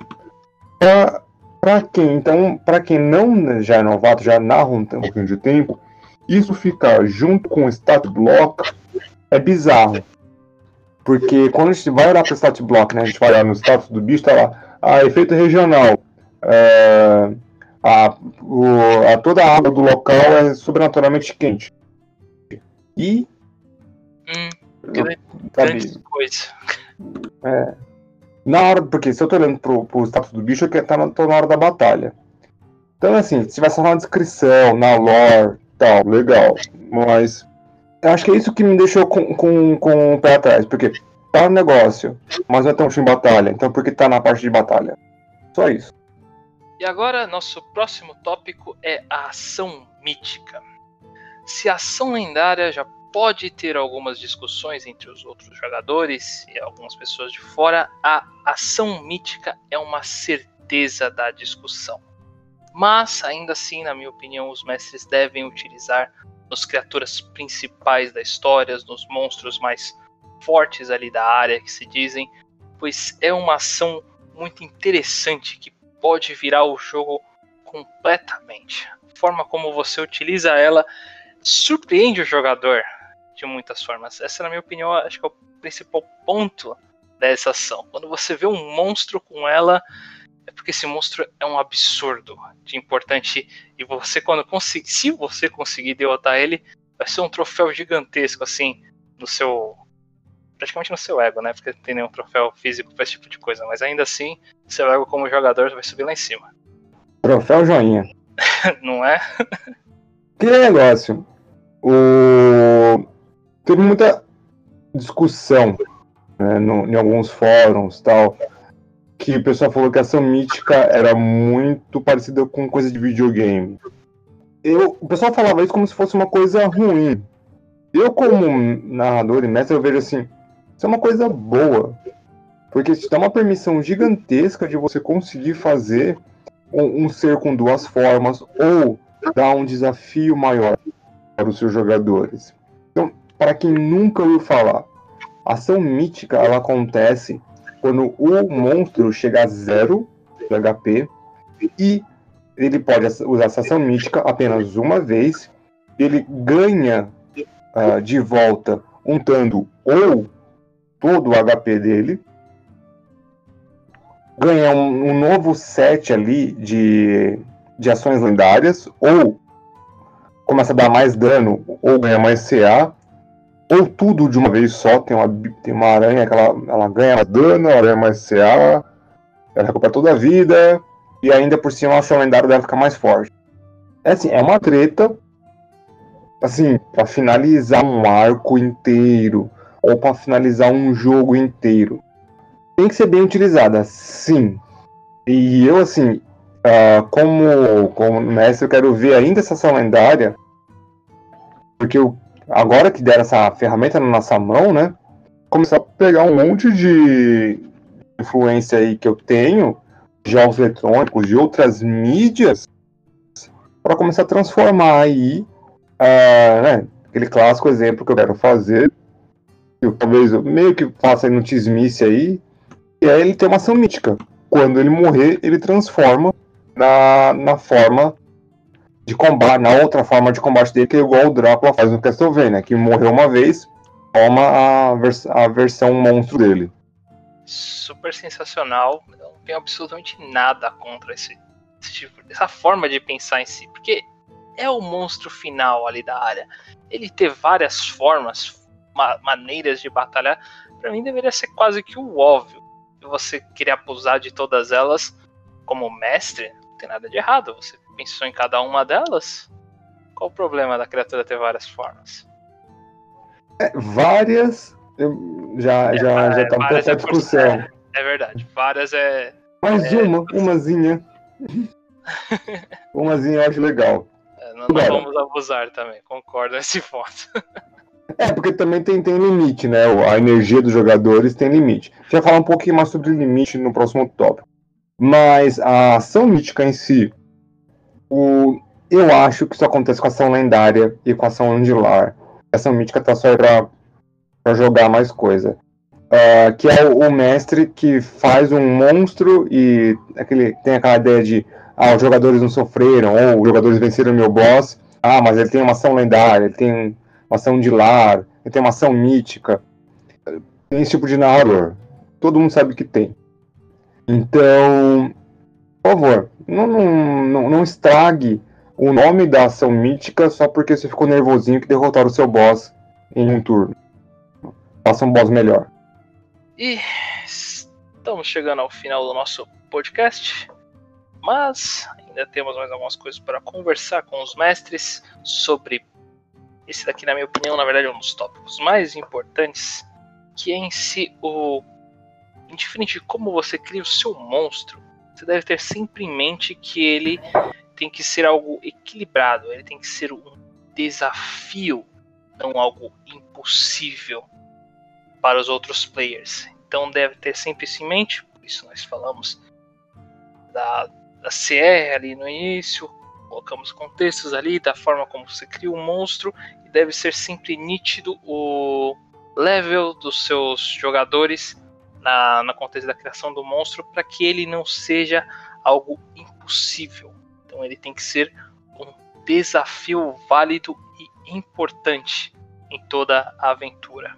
para quem então, para quem não já é novato, já narra um, um pouquinho de tempo, isso ficar junto com o stat block é bizarro. Porque quando a gente vai olhar para o stat block, né, a gente vai olhar no status do bicho, tá lá, ah, efeito regional, é, a, o, a, toda a água do local é sobrenaturalmente quente. E Hum, grande, sabe, grande coisa. é, na hora, porque se eu tô olhando pro, pro status do bicho, eu quero estar na, tô na hora da batalha. Então, assim, se tivesse na descrição, na lore, tal, legal. Mas eu acho que é isso que me deixou com, com, com o pé atrás. Porque tá no negócio, mas não é tão em batalha. Então, por que tá na parte de batalha? Só isso. E agora, nosso próximo tópico é a ação mítica. Se a ação lendária já pode ter algumas discussões entre os outros jogadores e algumas pessoas de fora, a ação mítica é uma certeza da discussão. Mas, ainda assim, na minha opinião, os mestres devem utilizar nas criaturas principais da história, nos monstros mais fortes ali da área que se dizem, pois é uma ação muito interessante que pode virar o jogo completamente. A forma como você utiliza ela surpreende o jogador de muitas formas. Essa, na minha opinião, acho que é o principal ponto dessa ação. Quando você vê um monstro com ela, é porque esse monstro é um absurdo de importante. E você, quando conseguir, se você conseguir derrotar ele, vai ser um troféu gigantesco, assim, no seu. Praticamente no seu ego, né? Porque não tem nenhum troféu físico para esse tipo de coisa. Mas ainda assim, seu ego como jogador vai subir lá em cima. Troféu joinha. Não é? Que negócio. O... Teve muita discussão, né, no, em alguns fóruns tal, que o pessoal falou que a ação mítica era muito parecida com coisa de videogame. Eu, o pessoal falava isso como se fosse uma coisa ruim. Eu, como narrador e mestre, eu vejo assim, isso é uma coisa boa. Porque te dá uma permissão gigantesca de você conseguir fazer um, um ser com duas formas, ou dar um desafio maior para os seus jogadores. Então, para quem nunca ouviu falar, a ação mítica ela acontece quando o monstro chega a zero de H P e ele pode usar essa ação mítica apenas uma vez. Ele ganha uh, de volta um tando ou todo o H P dele, ganha um, um novo set ali de, de ações lendárias, ou começa a dar mais dano, ou ganha mais C A, ou tudo de uma vez só. Tem uma, tem uma aranha que ela, ela ganha mais dano, ela ganha mais C A, ela recupera toda a vida, e ainda por cima a ação lendária dela fica mais forte. É assim, é uma treta, assim, pra finalizar um arco inteiro, ou pra finalizar um jogo inteiro. Tem que ser bem utilizada, sim. E eu, assim, uh, como, como mestre, eu quero ver ainda essa ação lendária, porque eu, agora que deram essa ferramenta na nossa mão, né, começar a pegar um monte de influência aí que eu tenho, de jogos eletrônicos, de outras mídias, para começar a transformar aí, uh, né, aquele clássico exemplo que eu quero fazer, que eu, talvez eu meio que faça aí no Tismice aí, e aí ele tem uma ação mítica. Quando ele morrer, ele transforma na, na forma de combate, na outra forma de combate dele, que é igual o Drácula faz no Castlevania, que morreu uma vez, toma a, vers a versão monstro dele. Super sensacional. Eu não tenho absolutamente nada contra esse, esse tipo, essa forma de pensar em si, porque é o monstro final ali da área. Ele ter várias formas, ma maneiras de batalhar, pra mim deveria ser quase que o óbvio. E você querer abusar de todas elas como mestre, não tem nada de errado. Você pensou em cada uma delas? Qual o problema da criatura ter várias formas? É, várias, eu, já, É, já, já é, tá um pouco é a discussão. É, é verdade, várias é... Mais é, uma, umazinha. Umazinha eu acho legal. É, não, não Agora, vamos abusar também, concordo nesse ponto. É, porque também tem, tem limite, né? A energia dos jogadores tem limite. A gente vai falar um pouquinho mais sobre limite no próximo tópico. Mas a ação mítica em si, o, eu acho que isso acontece com a ação lendária e com a ação angular. A ação mítica tá só aí pra, pra jogar mais coisa. Uh, que é o, o mestre que faz um monstro e aquele, tem aquela ideia de ah, os jogadores não sofreram, ou os jogadores venceram o meu boss. Ah, mas ele tem uma ação lendária, ele tem uma ação de lar, ele tem uma ação mítica. Tem esse tipo de narrador. Todo mundo sabe que tem. Então, por favor, não, não, não, não estrague o nome da ação mítica só porque você ficou nervosinho que derrotaram o seu boss em um turno. Faça um boss melhor. E estamos chegando ao final do nosso podcast, mas ainda temos mais algumas coisas para conversar com os mestres sobre esse daqui, na minha opinião, na verdade é um dos tópicos mais importantes, que é em si o... Indiferente de como você cria o seu monstro, você deve ter sempre em mente que ele tem que ser algo equilibrado, ele tem que ser um desafio, não algo impossível para os outros players. Então deve ter sempre isso em mente, por isso nós falamos da, da C R ali no início, colocamos contextos ali da forma como você cria um monstro, e deve ser sempre nítido o level dos seus jogadores na, na contexto da criação do monstro, para que ele não seja algo impossível. Então ele tem que ser um desafio válido e importante em toda a aventura.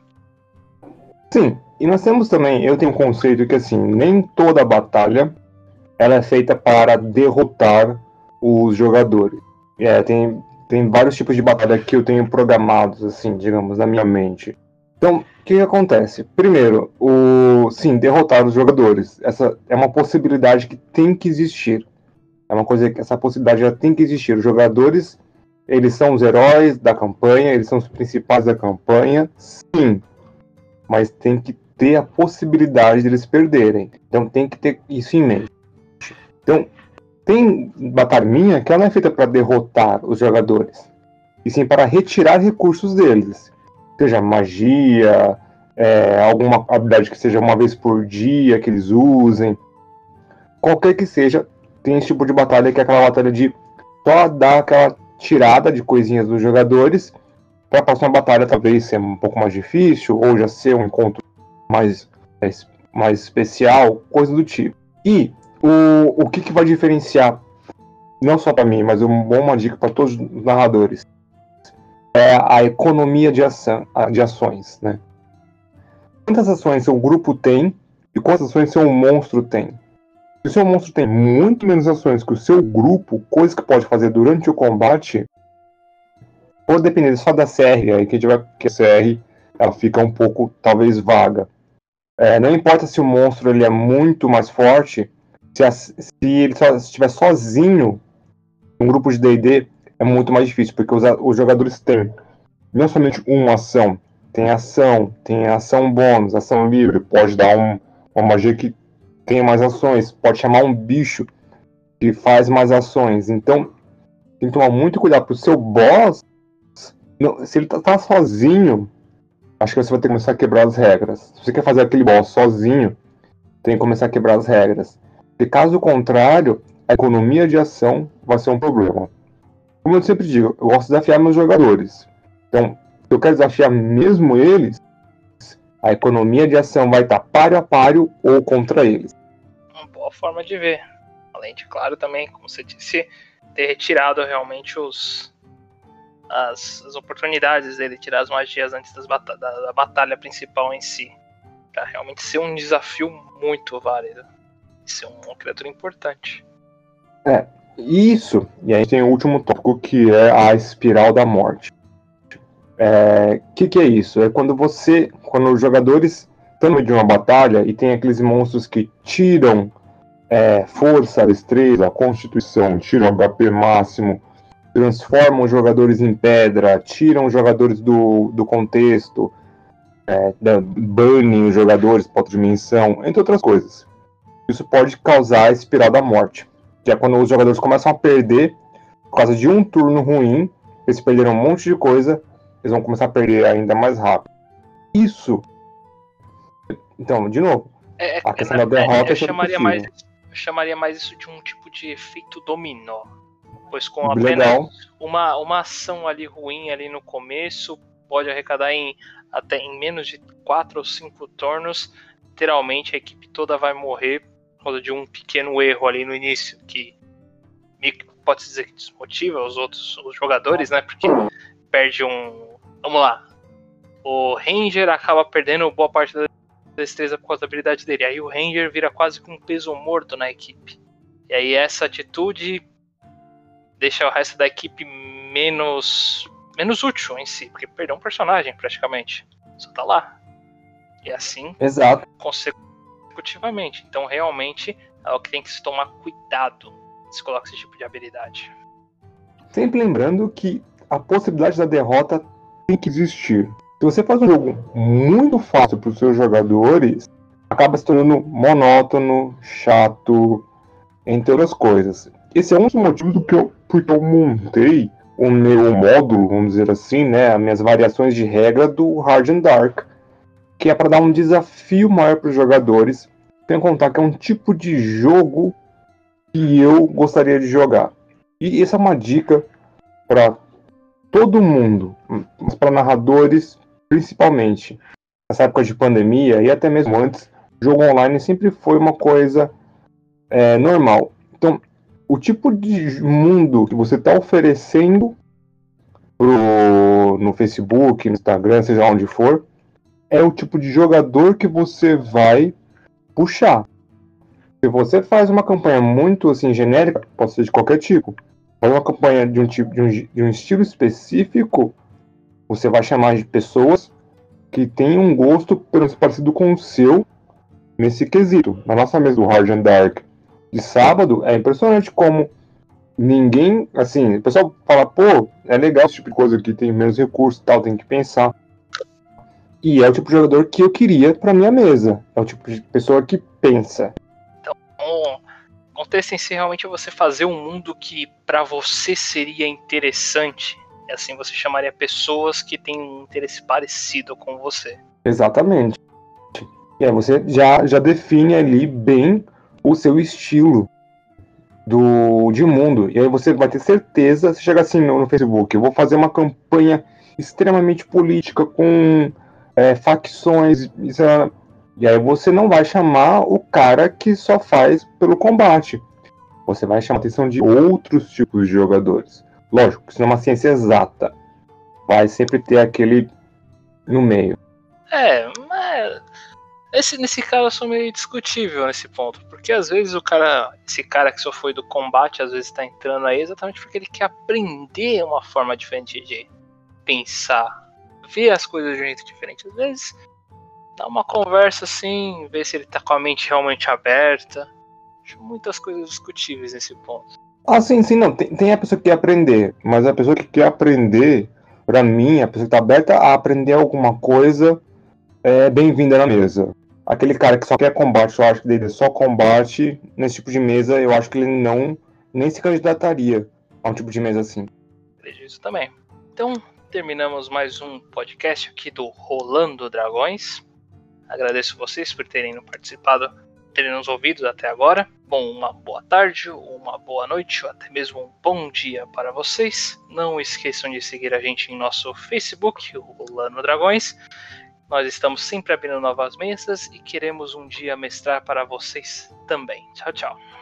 Sim, e nós temos também, eu tenho um conceito que assim, nem toda batalha ela é feita para derrotar os jogadores. É, tem, tem vários tipos de batalha que eu tenho programados, assim, digamos, na minha mente. Então, o que, que acontece? Primeiro, o sim, derrotar os jogadores. Essa é uma possibilidade que tem que existir. É uma coisa que essa possibilidade já tem que existir. Os jogadores, eles são os heróis da campanha, eles são os principais da campanha, sim. Mas tem que ter a possibilidade de eles perderem. Então tem que ter isso em mente. Então, tem batalha minha que ela não é feita para derrotar os jogadores, e sim para retirar recursos deles. Seja magia, é, alguma habilidade que seja uma vez por dia que eles usem. Qualquer que seja, tem esse tipo de batalha que é aquela batalha de só dar aquela tirada de coisinhas dos jogadores para a próxima batalha talvez ser um pouco mais difícil, ou já ser um encontro mais, mais especial, coisa do tipo. E o, o que, que vai diferenciar, não só para mim, mas uma, uma dica para todos os narradores, é a economia de, ação, de ações, né? quantas ações seu grupo tem e quantas ações seu monstro tem. Se o seu monstro tem muito menos ações que o seu grupo, coisa que pode fazer durante o combate, pode depender só da C R, aí que a gente vai que a C R ela fica um pouco, talvez, vaga. É, não importa se o monstro ele é muito mais forte, se, a, se ele só, se estiver sozinho um grupo de D e D, é muito mais difícil, porque os, os jogadores têm não somente uma ação, tem ação, tem ação bônus, ação livre, pode dar um, uma magia que tem mais ações, pode chamar um bicho que faz mais ações. Então, tem que tomar muito cuidado pro seu boss. Não, se ele tá, tá sozinho, acho que você vai ter que começar a quebrar as regras. Se você quer fazer aquele boss sozinho, tem que começar a quebrar as regras. E caso contrário, a economia de ação vai ser um problema. Como eu sempre digo, eu gosto de desafiar meus jogadores. Então, se eu quero desafiar mesmo eles, a economia de ação vai estar páreo a páreo ou contra eles. Uma boa forma de ver. Além de, claro, também, como você disse, ter retirado realmente os, as, as oportunidades dele, tirar as magias antes das bata- da, da batalha principal em si. Pra realmente ser um desafio muito válido. E ser um, uma criatura importante. É, isso. E aí tem o último tópico, que é a espiral da morte. O é, que, que é isso? É quando você, quando os jogadores estão no meio de uma batalha e tem aqueles monstros que tiram é, força, destreza, constituição, tiram H P máximo, transformam os jogadores em pedra, tiram os jogadores do, do contexto, é, banem os jogadores para outra dimensão, entre outras coisas. Isso pode causar a espiral da morte, que é quando os jogadores começam a perder por causa de um turno ruim, eles perderam um monte de coisa, eles vão começar a perder ainda mais rápido. Isso. Então, de novo, é, a questão é, da derrota é, eu, é chamaria mais, eu chamaria mais isso de um tipo de efeito dominó. Pois com apenas Legal. uma, uma ação ali ruim ali no começo, pode arrecadar em, até em menos de quatro ou cinco turnos. Literalmente a equipe toda vai morrer por causa de um pequeno erro ali no início, que pode-se dizer que desmotiva os outros os jogadores, né? Porque perde um... Vamos lá. O Ranger acaba perdendo boa parte da destreza por causa da habilidade dele. Aí o Ranger vira quase que um peso morto na equipe. E aí essa atitude deixa o resto da equipe menos, menos útil em si, porque perdeu um personagem praticamente. Só tá lá. E assim, Exato. consecutivamente. Então realmente é o que tem que se tomar cuidado se coloca esse tipo de habilidade. Sempre lembrando que a possibilidade da derrota tem que existir. Se você faz um jogo muito fácil para os seus jogadores, acaba se tornando monótono, chato, entre outras coisas. Esse é um dos motivos do que eu, porque eu montei o meu módulo, vamos dizer assim, né, as minhas variações de regra do Hard and Dark, que é para dar um desafio maior para os jogadores, sem contar que é um tipo de jogo que eu gostaria de jogar. E essa é uma dica para todo mundo, mas para narradores principalmente. Nessa época de pandemia e até mesmo antes, jogo online sempre foi uma coisa é, normal. Então, o tipo de mundo que você está oferecendo pro, no Facebook, no Instagram, seja onde for, é o tipo de jogador que você vai puxar. Se você faz uma campanha muito assim genérica, pode ser de qualquer tipo, faz uma campanha de um tipo de um, de um estilo específico, você vai chamar de pessoas que têm um gosto parecido com o seu nesse quesito. Na nossa mesa do Hard and Dark de sábado, é impressionante como ninguém, assim, o pessoal fala, pô, é legal esse tipo de coisa aqui, tem menos recursos e tal, tem que pensar. E é o tipo de jogador que eu queria pra minha mesa. É o tipo de pessoa que pensa. Então, o contexto em si realmente é você fazer um mundo que pra você seria interessante. E assim você chamaria pessoas que têm um interesse parecido com você. Exatamente. E aí você já, já define ali bem o seu estilo do, de mundo. E aí você vai ter certeza, se chegar assim no, no Facebook, eu vou fazer uma campanha extremamente política com é, facções, isso é, e aí você não vai chamar o cara que só faz pelo combate. Você vai chamar a atenção de outros tipos de jogadores. Lógico, isso não é uma ciência exata. Vai sempre ter aquele no meio. É, É, esse, nesse caso eu sou meio discutível nesse ponto, porque às vezes o cara, esse cara que só foi do combate, às vezes tá entrando aí exatamente porque ele quer aprender uma forma diferente de pensar, ver as coisas de um jeito diferente. Às vezes dá uma conversa assim, ver se ele tá com a mente realmente aberta. Acho muitas coisas discutíveis nesse ponto. Ah, sim, sim, não. Tem, tem a pessoa que quer aprender, mas a pessoa que quer aprender, pra mim, a pessoa que tá aberta a aprender alguma coisa é bem-vinda na mesa. Aquele cara que só quer combate, eu acho que dele só combate, nesse tipo de mesa, eu acho que ele não nem se candidataria a um tipo de mesa assim. Acredito também. Então, terminamos mais um podcast aqui do Rolando Dragões. Agradeço vocês por terem participado, terem nos ouvido até agora. Bom, uma boa tarde, uma boa noite, ou até mesmo um bom dia para vocês. Não esqueçam de seguir a gente em nosso Facebook, o Rolando Dragões. Nós estamos sempre abrindo novas mesas e queremos um dia mestrar para vocês também. Tchau, tchau.